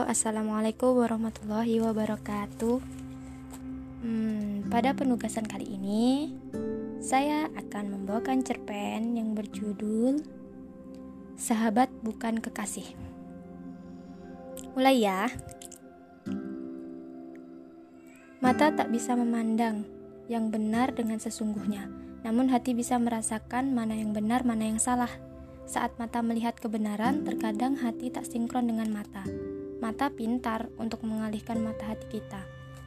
Assalamualaikum warahmatullahi wabarakatuh. Pada penugasan kali ini, saya akan membawakan cerpen yang berjudul Sahabat Bukan Kekasih. Mulai ya. Mata tak bisa memandang yang benar dengan sesungguhnya, namun hati bisa merasakan mana yang benar, mana yang salah. Saat mata melihat kebenaran, terkadang hati tak sinkron dengan mata. Mata pintar untuk mengalihkan mata hati kita.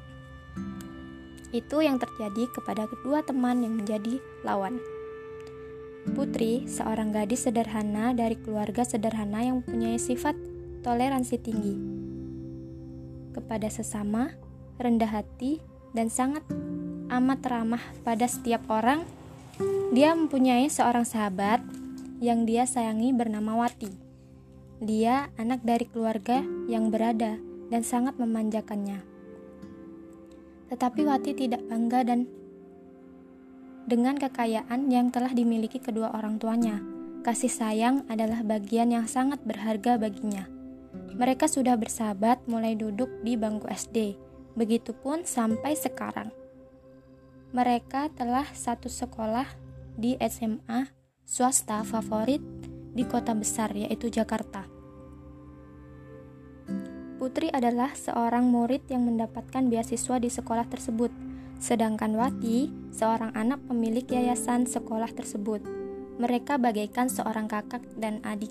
Itu yang terjadi kepada kedua teman yang menjadi lawan. Putri, seorang gadis sederhana dari keluarga sederhana yang mempunyai sifat toleransi tinggi kepada sesama, rendah hati, dan sangat amat ramah pada setiap orang. Dia mempunyai seorang sahabat yang dia sayangi bernama Wati. Dia anak dari keluarga yang berada dan sangat memanjakannya. Tetapi Wati tidak bangga dengan kekayaan yang telah dimiliki kedua orang tuanya. Kasih sayang adalah bagian yang sangat berharga baginya. Mereka sudah bersahabat mulai duduk di bangku SD. Begitupun sampai sekarang. Mereka telah satu sekolah di SMA swasta favorit di kota besar, yaitu Jakarta. Putri adalah seorang murid yang mendapatkan beasiswa di sekolah tersebut, sedangkan Wati seorang anak pemilik yayasan sekolah tersebut. Mereka bagaikan seorang kakak dan adik.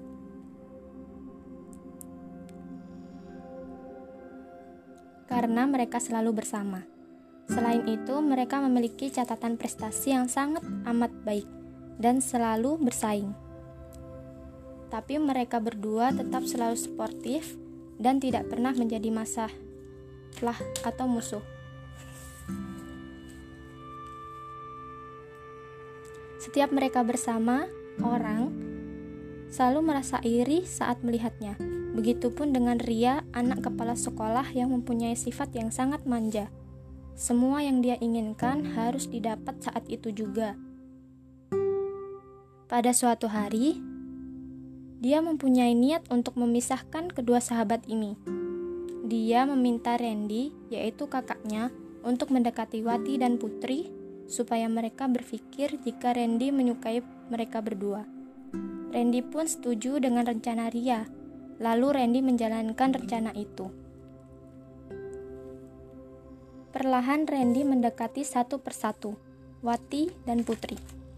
Karena mereka selalu bersama. Selain itu, mereka memiliki catatan prestasi yang sangat amat baik dan selalu bersaing. Tapi mereka berdua tetap selalu sportif dan tidak pernah menjadi masalah atau musuh. Setiap mereka bersama, orang selalu merasa iri saat melihatnya. Begitupun dengan Ria, anak kepala sekolah yang mempunyai sifat yang sangat manja. Semua yang dia inginkan harus didapat saat itu juga. Pada suatu hari, dia mempunyai niat untuk memisahkan kedua sahabat ini. Dia meminta Randy, yaitu kakaknya, untuk mendekati Wati dan Putri, supaya mereka berpikir jika Randy menyukai mereka berdua. Randy pun setuju dengan rencana Ria, lalu Randy menjalankan rencana itu. Perlahan Randy mendekati satu persatu, Wati dan Putri.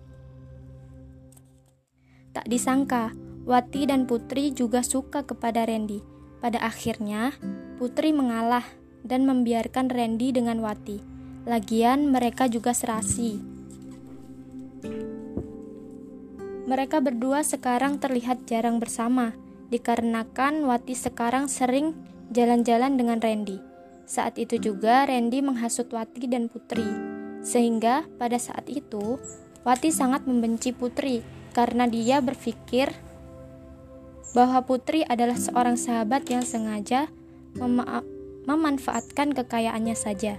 Tak disangka, Wati dan Putri juga suka kepada Randy. Pada akhirnya, Putri mengalah dan membiarkan Randy dengan Wati. Lagian mereka juga serasi. Mereka berdua sekarang terlihat jarang bersama, dikarenakan Wati sekarang sering jalan-jalan dengan Randy. Saat itu juga Randy menghasut Wati dan Putri, sehingga pada saat itu Wati sangat membenci Putri karena dia berpikir bahwa Putri adalah seorang sahabat yang sengaja memanfaatkan kekayaannya saja.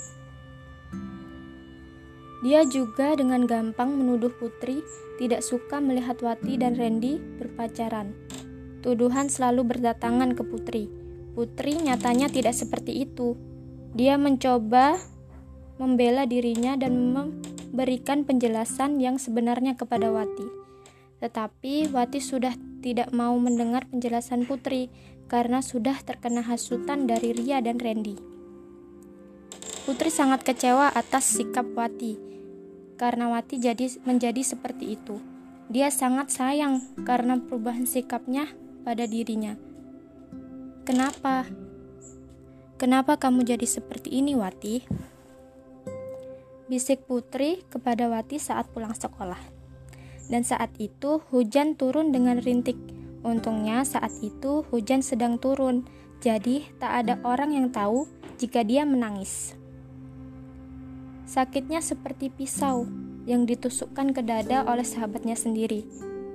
Dia juga dengan gampang menuduh Putri tidak suka melihat Wati dan Randy berpacaran. Tuduhan selalu berdatangan ke Putri. Putri nyatanya tidak seperti itu. Dia mencoba membela dirinya dan memberikan penjelasan yang sebenarnya kepada Wati. Tetapi Wati sudah tidak mau mendengar penjelasan Putri karena sudah terkena hasutan dari Ria dan Randy. Putri sangat kecewa atas sikap Wati karena Wati menjadi seperti itu. Dia sangat sayang karena perubahan sikapnya pada dirinya. Kenapa? Kenapa kamu jadi seperti ini, Wati? Bisik Putri kepada Wati saat pulang sekolah. Dan saat itu hujan turun dengan rintik. Untungnya saat itu hujan sedang turun, jadi tak ada orang yang tahu jika dia menangis. Sakitnya seperti pisau yang ditusukkan ke dada oleh sahabatnya sendiri.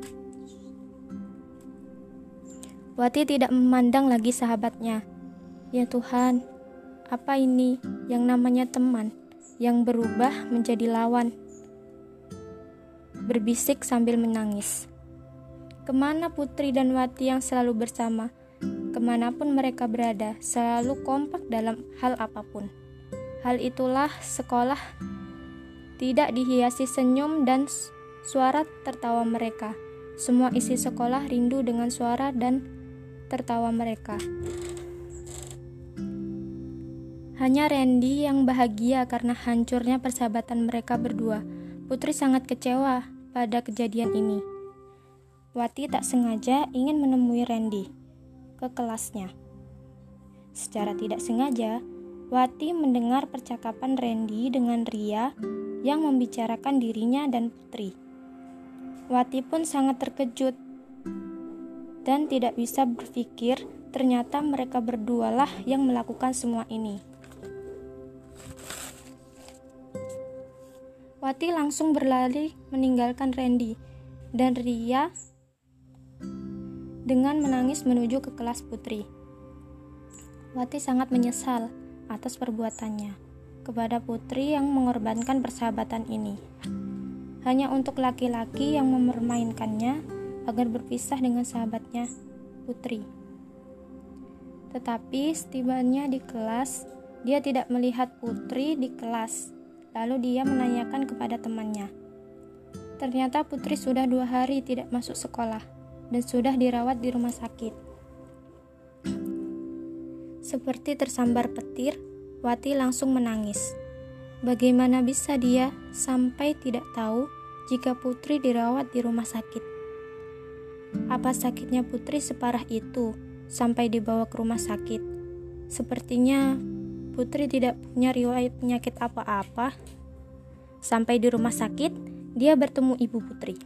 Wati tidak memandang lagi sahabatnya. Ya Tuhan, apa ini yang namanya teman yang berubah menjadi lawan? Berbisik sambil menangis. Kemana Putri dan Wati yang selalu bersama? dimanapun mereka berada, selalu kompak dalam hal apapun. Hal itulah sekolah tidak dihiasi senyum dan suara tertawa mereka. Semua isi sekolah rindu dengan suara dan tertawa mereka. Hanya Randy yang bahagia karena hancurnya persahabatan mereka berdua. Putri sangat kecewa pada kejadian ini. Wati tak sengaja ingin menemui Randy ke kelasnya. Secara tidak sengaja, Wati mendengar percakapan Randy dengan Ria yang membicarakan dirinya dan Putri. Wati pun sangat terkejut dan tidak bisa berpikir ternyata mereka berdualah yang melakukan semua ini. Wati langsung berlari meninggalkan Randy dan Ria dengan menangis menuju ke kelas Putri. Wati sangat menyesal atas perbuatannya kepada Putri yang mengorbankan persahabatan ini hanya untuk laki-laki yang mempermainkannya agar berpisah dengan sahabatnya Putri. Tetapi setibanya di kelas, dia tidak melihat Putri di kelas. Lalu dia menanyakan kepada temannya. Ternyata Putri sudah 2 hari tidak masuk sekolah dan sudah dirawat di rumah sakit. Seperti tersambar petir, Wati langsung menangis. Bagaimana bisa dia sampai tidak tahu jika Putri dirawat di rumah sakit? Apa sakitnya Putri separah itu sampai dibawa ke rumah sakit? Sepertinya Putri tidak punya riwayat penyakit apa-apa. Sampai di rumah sakit, dia bertemu ibu Putri.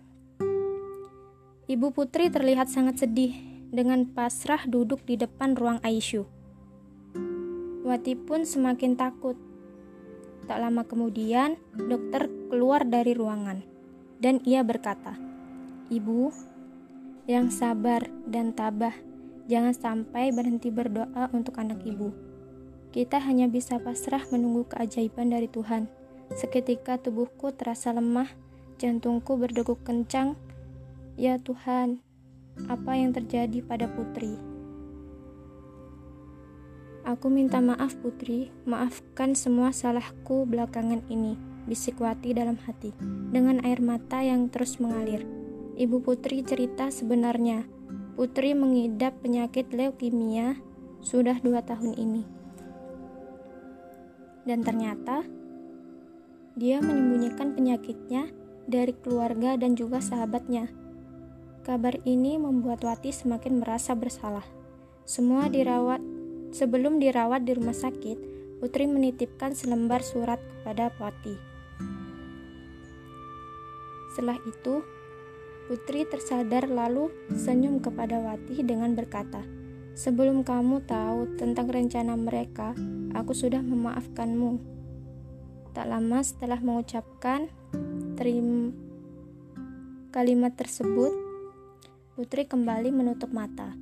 Ibu Putri terlihat sangat sedih dengan pasrah duduk di depan ruang ICU. Wati pun semakin takut. Tak lama kemudian, dokter keluar dari ruangan dan ia berkata, "Ibu, yang sabar dan tabah, jangan sampai berhenti berdoa untuk anak ibu. Kita hanya bisa pasrah menunggu keajaiban dari Tuhan. Seketika tubuhku terasa lemah, jantungku berdegup kencang. Ya Tuhan, apa yang terjadi pada Putri? Aku minta maaf Putri, maafkan semua salahku belakangan ini," bisik Wati dalam hati, dengan air mata yang terus mengalir. Ibu Putri cerita sebenarnya. Putri mengidap penyakit leukemia sudah 2 tahun ini. Dan ternyata dia menyembunyikan penyakitnya dari keluarga dan juga sahabatnya. Kabar ini membuat Wati semakin merasa bersalah. Sebelum dirawat di rumah sakit, Putri menitipkan selembar surat kepada Wati. Setelah itu, Putri tersadar lalu senyum kepada Wati dengan berkata, "Sebelum kamu tahu tentang rencana mereka, aku sudah memaafkanmu." Tak lama setelah mengucapkan kalimat tersebut, Putri kembali menutup mata.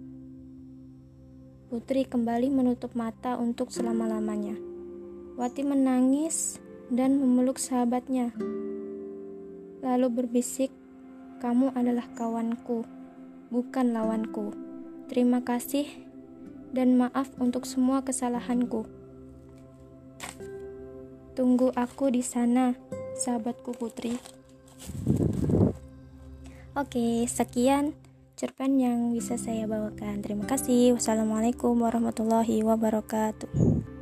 Putri kembali menutup mata untuk selama-lamanya. Wati menangis dan memeluk sahabatnya, lalu berbisik, "Kamu adalah kawanku, bukan lawanku. Terima kasih dan maaf untuk semua kesalahanku. Tunggu aku di sana, sahabatku Putri." Oke, sekian cerpen yang bisa saya bawakan. Terima kasih. Wassalamualaikum warahmatullahi wabarakatuh.